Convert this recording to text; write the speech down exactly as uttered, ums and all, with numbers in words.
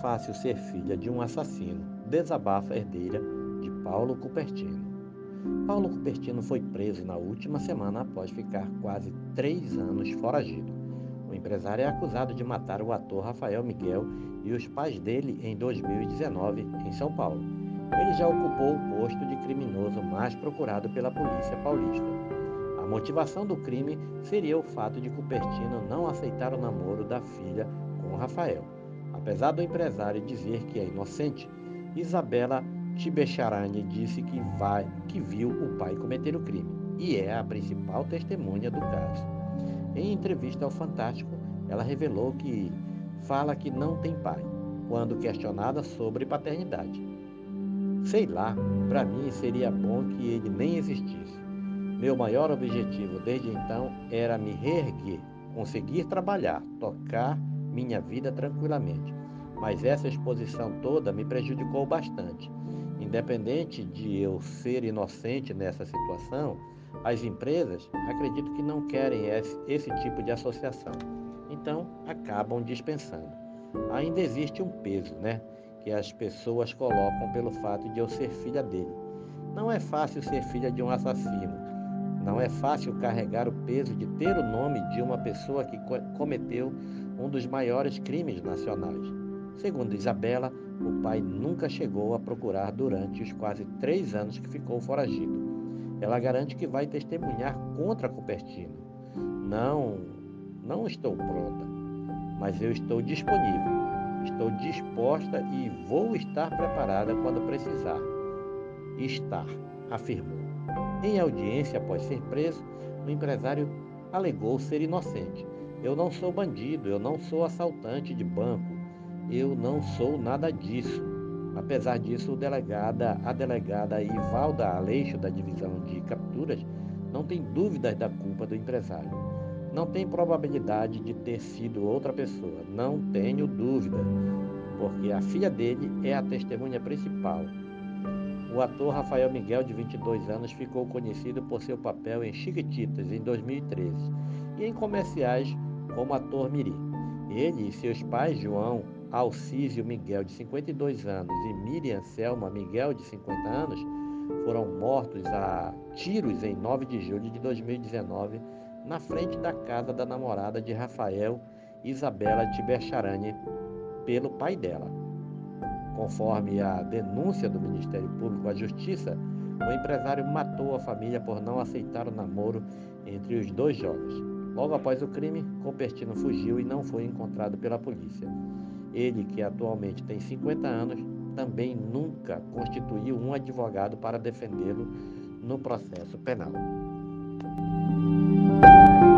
fácil ser filha de um assassino, desabafa a herdeira de Paulo Cupertino. Paulo Cupertino foi preso na última semana após ficar quase três anos foragido. O empresário é acusado de matar o ator Rafael Miguel e os pais dele em dois mil e dezenove, em São Paulo. Ele já ocupou o posto de criminoso mais procurado pela polícia paulista. A motivação do crime seria o fato de Cupertino não aceitar o namoro da filha com Rafael. Apesar do empresário dizer que é inocente, Isabela Tibecharani disse que, vai, que viu o pai cometer o crime e é a principal testemunha do caso. Em entrevista ao Fantástico, ela revelou que fala que não tem pai, quando questionada sobre paternidade. Sei lá, para mim seria bom que ele nem existisse. Meu maior objetivo desde então era me reerguer, conseguir trabalhar, tocar minha vida tranquilamente. Mas essa exposição toda me prejudicou bastante. Independente de eu ser inocente nessa situação, as empresas acredito que não querem esse, esse tipo de associação. Então, acabam dispensando. Ainda existe um peso, né? Que as pessoas colocam pelo fato de eu ser filha dele. Não é fácil ser filha de um assassino. Não é fácil carregar o peso de ter o nome de uma pessoa que co- cometeu um dos maiores crimes nacionais. Segundo Isabela, o pai nunca chegou a procurar durante os quase três anos que ficou foragido. Ela garante que vai testemunhar contra Cupertino. Não, não estou pronta, mas eu estou disponível. Estou disposta e vou estar preparada quando precisar. Estar, afirmou. Em audiência após ser preso, o empresário alegou ser inocente. Eu não sou bandido, eu não sou assaltante de banco, eu não sou nada disso. Apesar disso, o delegada, a delegada Ivalda Aleixo, da Divisão de Capturas, não tem dúvidas da culpa do empresário. Não tem probabilidade de ter sido outra pessoa, não tenho dúvida, porque a filha dele é a testemunha principal. O ator Rafael Miguel, de vinte e dois anos, ficou conhecido por seu papel em Chiquititas, em dois mil e treze, e em comerciais como ator mirim. Ele e seus pais, João Alcísio Miguel, de cinquenta e dois anos, e Miriam Selma Miguel, de cinquenta anos, foram mortos a tiros em nove de julho de dois mil e dezenove, na frente da casa da namorada de Rafael, Isabela Tibecharani, pelo pai dela. Conforme a denúncia do Ministério Público à Justiça, o empresário matou a família por não aceitar o namoro entre os dois jovens. Logo após o crime, Cupertino fugiu e não foi encontrado pela polícia. Ele, que atualmente tem cinquenta anos, também nunca constituiu um advogado para defendê-lo no processo penal.